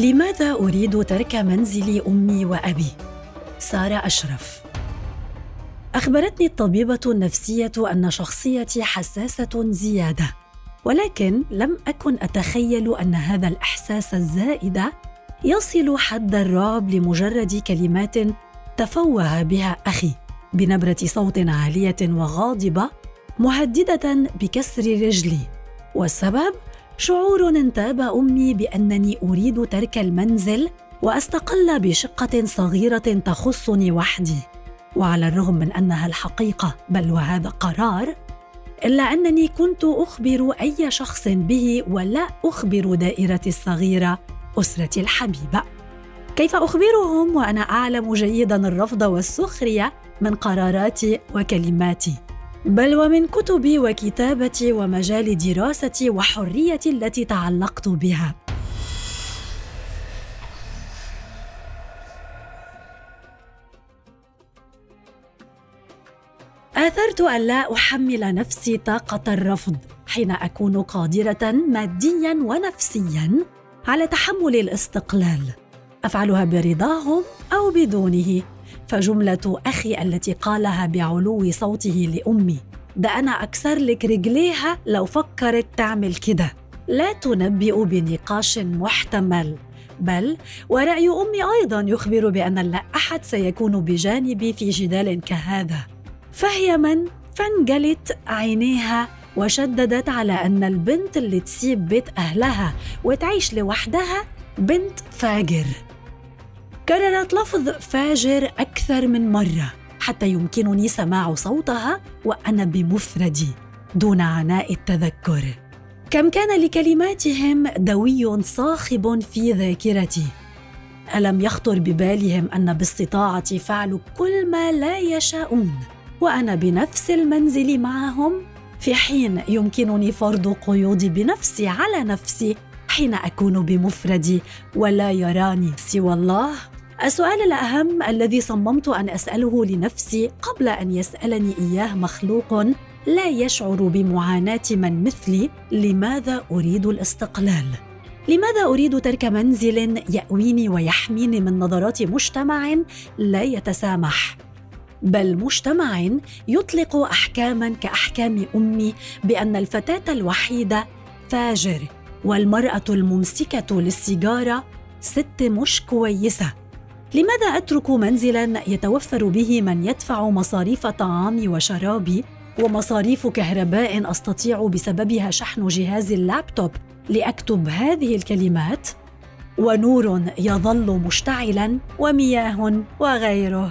لماذا أريد ترك منزل أمي وأبي؟ سارة أشرف. أخبرتني الطبيبة النفسية أن شخصيتي حساسة زيادة، ولكن لم أكن أتخيل أن هذا الإحساس الزائد يصل حد الرعب لمجرد كلمات تفوه بها أخي بنبرة صوت عالية وغاضبة مهددة بكسر رجلي، والسبب شعور انتاب أمي بأنني أريد ترك المنزل وأستقل بشقة صغيرة تخصني وحدي. وعلى الرغم من أنها الحقيقة بل وهذا قرار، إلا أنني كنت أخبر أي شخص به ولا أخبر دائرتي الصغيرة أسرتي الحبيبة. كيف أخبرهم وأنا أعلم جيداً الرفض والسخرية من قراراتي وكلماتي، بل ومن كتبي وكتابتي ومجال دراستي وحريتي التي تعلقت بها. آثرت أن لا أحمل نفسي طاقة الرفض حين أكون قادرة مادياً ونفسياً على تحمل الاستقلال، أفعلها برضاهم أو بدونه. فجملة أخي التي قالها بعلو صوته لأمي ده أنا أكسر لك رجليها لو فكرت تعمل كده لا تنبئ بنقاش محتمل، بل ورأي أمي أيضاً يخبر بأن لا أحد سيكون بجانبي في جدال كهذا. فهي من فانجلت عينيها وشددت على أن البنت اللي تسيب بيت أهلها وتعيش لوحدها بنت فاجر. كررت لفظ فاجر أكثر من مرة حتى يمكنني سماع صوتها وأنا بمفردي دون عناء التذكر. كم كان لكلماتهم دوي صاخب في ذاكرتي. ألم يخطر ببالهم أن باستطاعتي فعل كل ما لا يشاءون وأنا بنفس المنزل معهم، في حين يمكنني فرض قيودي بنفسي على نفسي حين أكون بمفردي ولا يراني سوى الله؟ السؤال الأهم الذي صممت أن أسأله لنفسي قبل أن يسألني إياه مخلوق لا يشعر بمعاناة من مثلي: لماذا أريد الاستقلال؟ لماذا أريد ترك منزل يأويني ويحميني من نظرات مجتمع لا يتسامح، بل مجتمع يطلق أحكاماً كأحكام أمي بأن الفتاة الوحيدة فاجر والمرأة الممسكة للسيجارة ست مش كويسة؟ لماذا أترك منزلاً يتوفر به من يدفع مصاريف طعامي وشرابي ومصاريف كهرباء أستطيع بسببها شحن جهاز اللابتوب لأكتب هذه الكلمات، ونور يظل مشتعلاً ومياه وغيره؟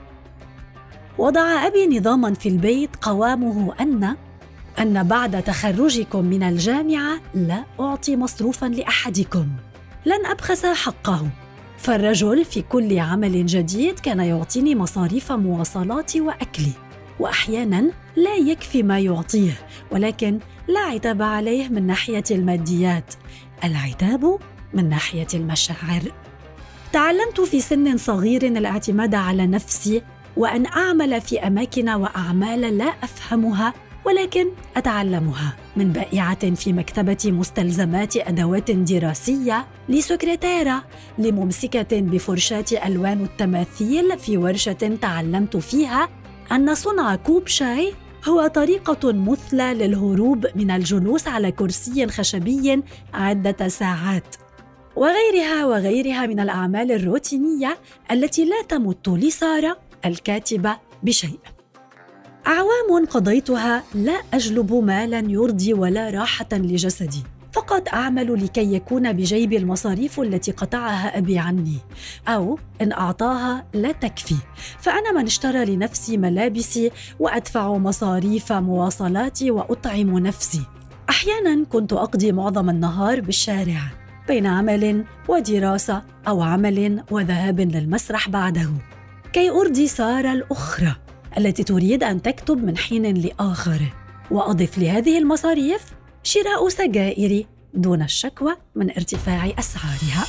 وضع أبي نظاماً في البيت قوامه أن بعد تخرجكم من الجامعة لا أعطي مصروفاً لأحدكم، لن أبخس حقه. فالرجل في كل عمل جديد كان يعطيني مصاريف مواصلاتي وأكلي، وأحياناً لا يكفي ما يعطيه، ولكن لا عتاب عليه من ناحية الماديات، العتاب من ناحية المشاعر. تعلمت في سن صغير الاعتماد على نفسي وأن أعمل في أماكن وأعمال لا أفهمها ولكن أتعلمها، من بائعة في مكتبة مستلزمات أدوات دراسية لسكرتيرة لممسكة بفرشاة ألوان التماثيل في ورشة تعلمت فيها أن صنع كوب شاي هو طريقة مثلى للهروب من الجلوس على كرسي خشبي عدة ساعات، وغيرها من الأعمال الروتينية التي لا تمت لسارة الكاتبة بشيء. أعوام قضيتها لا أجلب مالاً يرضي ولا راحة لجسدي، فقط أعمل لكي يكون بجيب المصاريف التي قطعها أبي عني، أو إن أعطاها لا تكفي، فأنا من اشترى لنفسي ملابسي وأدفع مصاريف مواصلاتي وأطعم نفسي. أحياناً كنت أقضي معظم النهار بالشارع بين عمل ودراسة أو عمل وذهاب للمسرح بعده، كي أرضي سارة الأخرى التي تريد أن تكتب من حين لآخر، وأضف لهذه المصاريف شراء سجائر دون الشكوى من ارتفاع أسعارها.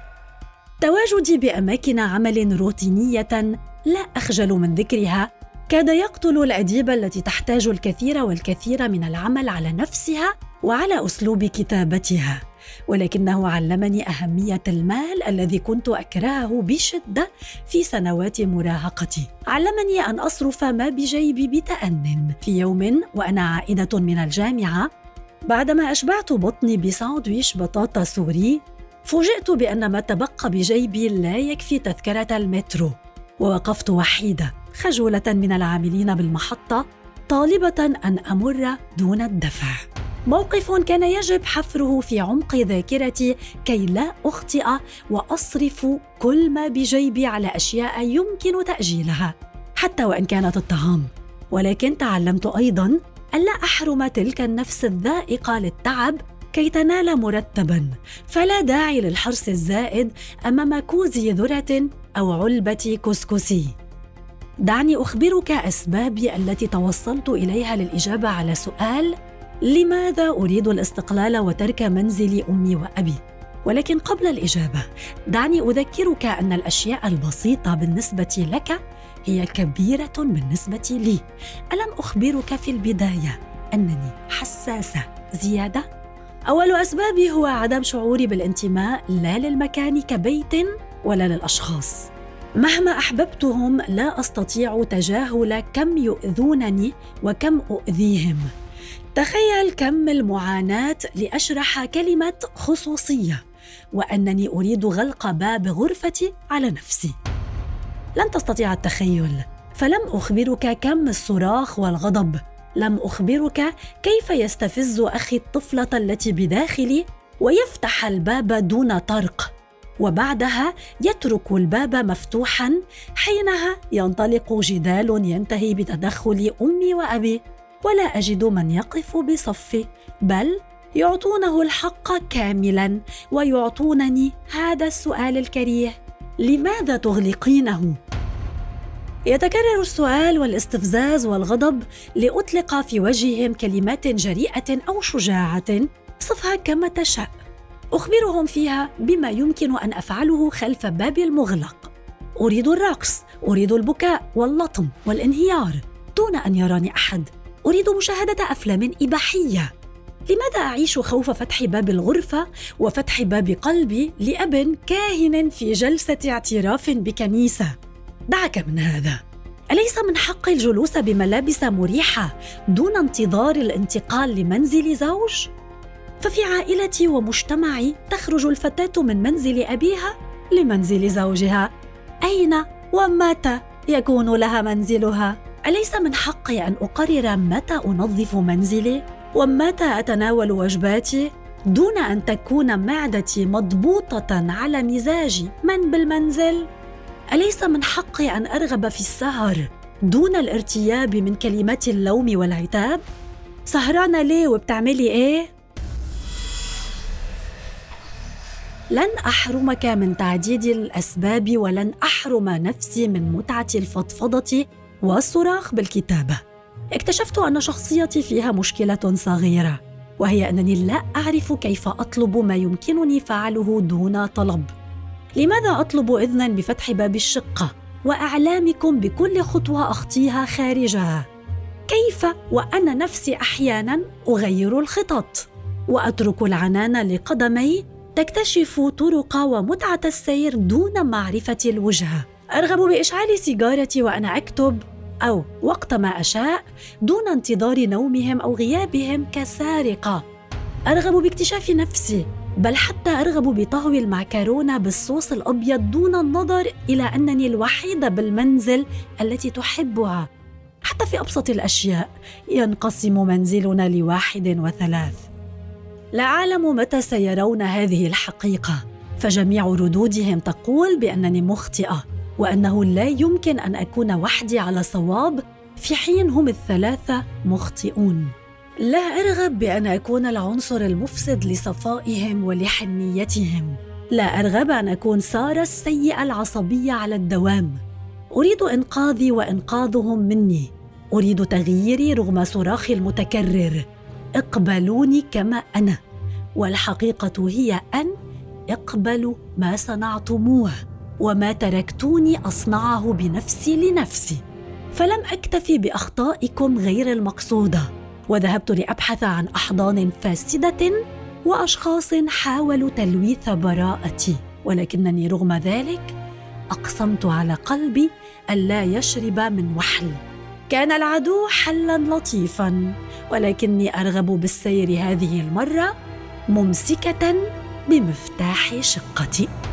تواجدي بأماكن عمل روتينية لا أخجل من ذكرها كاد يقتل الأديبة التي تحتاج الكثير والكثير من العمل على نفسها وعلى أسلوب كتابتها، ولكنه علمني أهمية المال الذي كنت أكرهه بشدة في سنوات مراهقتي. علمني أن أصرف ما بجيبي بتأنٍ. في يوم وأنا عائدة من الجامعة، بعدما أشبعت بطني بساندويش بطاطا سوري، فوجئت بأن ما تبقى بجيبي لا يكفي تذكرة المترو، ووقفت وحيدة خجولة من العاملين بالمحطة، طالبة أن أمر دون الدفع. موقف كان يجب حفره في عمق ذاكرتي كي لا أخطئ وأصرف كل ما بجيبي على أشياء يمكن تأجيلها حتى وإن كانت الطعام. ولكن تعلمت أيضاً ألا أحرم تلك النفس الذائقة للتعب كي تنال مرتباً، فلا داعي للحرص الزائد أمام كوز ذرة أو علبة كسكسي. دعني أخبرك أسبابي التي توصلت إليها للإجابة على سؤال لماذا أريد الاستقلال وترك منزل أمي وأبي. ولكن قبل الإجابة، دعني أذكرك أن الأشياء البسيطة بالنسبة لك هي كبيرة بالنسبة لي. ألم أخبرك في البداية أنني حساسة زيادة؟ أول أسبابي هو عدم شعوري بالانتماء لا للمكان كبيت ولا للأشخاص. مهما أحببتهم لا أستطيع تجاهل كم يؤذونني وكم أؤذيهم. تخيل كم المعاناة لأشرح كلمة خصوصية وأنني أريد غلق باب غرفتي على نفسي. لن تستطيع التخيل، فلم أخبرك كم الصراخ والغضب. لم أخبرك كيف يستفز أخي الطفلة التي بداخلي ويفتح الباب دون طرق، وبعدها يترك الباب مفتوحاً. حينها ينطلق جدال ينتهي بتدخل أمي وأبي، ولا أجد من يقف بصفي، بل يعطونه الحق كاملاً ويعطونني هذا السؤال الكريه: لماذا تغلقينه؟ يتكرر السؤال والاستفزاز والغضب لأطلق في وجههم كلمات جريئة أو شجاعة، صفها كما تشاء. أخبرهم فيها بما يمكن أن أفعله خلف بابي المغلق. أريد الرقص، أريد البكاء واللطم والانهيار دون أن يراني أحد. أريد مشاهدة أفلام إباحية. لماذا أعيش خوف فتح باب الغرفة وفتح باب قلبي لأب كاهن في جلسة اعتراف بكنيسة؟ دعك من هذا. أليس من حقي الجلوس بملابس مريحة دون انتظار الانتقال لمنزل زوج؟ ففي عائلتي ومجتمعي تخرج الفتاة من منزل أبيها لمنزل زوجها. أين ومتى يكون لها منزلها؟ أليس من حقي أن أقرر متى أنظف منزلي ومتى أتناول وجباتي دون أن تكون معدتي مضبوطة على مزاج من بالمنزل؟ أليس من حقي أن أرغب في السهر دون الارتياب من كلمات اللوم والعتاب؟ سهرانة ليه وبتعملي إيه؟ لن أحرمك من تعديد الأسباب، ولن أحرم نفسي من متعة الفضفضة والصراخ بالكتابة. اكتشفت أن شخصيتي فيها مشكلة صغيرة، وهي أنني لا أعرف كيف أطلب ما يمكنني فعله دون طلب. لماذا أطلب إذناً بفتح باب الشقة وأعلامكم بكل خطوة أخطيها خارجها؟ كيف وأنا نفسي أحياناً أغير الخطط وأترك العنان لقدمي تكتشف طرق ومتعة السير دون معرفة الوجهة؟ أرغب بإشعال سيجارتي وأنا أكتب أو وقت ما أشاء دون انتظار نومهم أو غيابهم كسارقة. أرغب باكتشاف نفسي، بل حتى أرغب بطهو المعكرونة بالصوص الأبيض دون النظر إلى أنني الوحيدة بالمنزل التي تحبها. حتى في أبسط الأشياء ينقسم منزلنا ل1 و3. لا أعلم متى سيرون هذه الحقيقة، فجميع ردودهم تقول بأنني مخطئة وأنه لا يمكن أن أكون وحدي على صواب في حين هم ال3 مخطئون. لا أرغب بأن أكون العنصر المفسد لصفائهم ولحنيتهم. لا أرغب أن أكون سارة السيئة العصبية على الدوام. أريد إنقاذي وإنقاذهم مني. أريد تغييري رغم صراخي المتكرر: اقبلوني كما أنا. والحقيقة هي أن اقبلوا ما صنعتموه وما تركتوني أصنعه بنفسي لنفسي. فلم أكتفي بأخطائكم غير المقصودة، وذهبت لأبحث عن أحضان فاسدة وأشخاص حاولوا تلويث براءتي، ولكنني رغم ذلك أقسمت على قلبي ألا يشرب من وحل. كان العدو حلاً لطيفاً، ولكني أرغب بالسير هذه المرة ممسكة بمفتاح شقتي.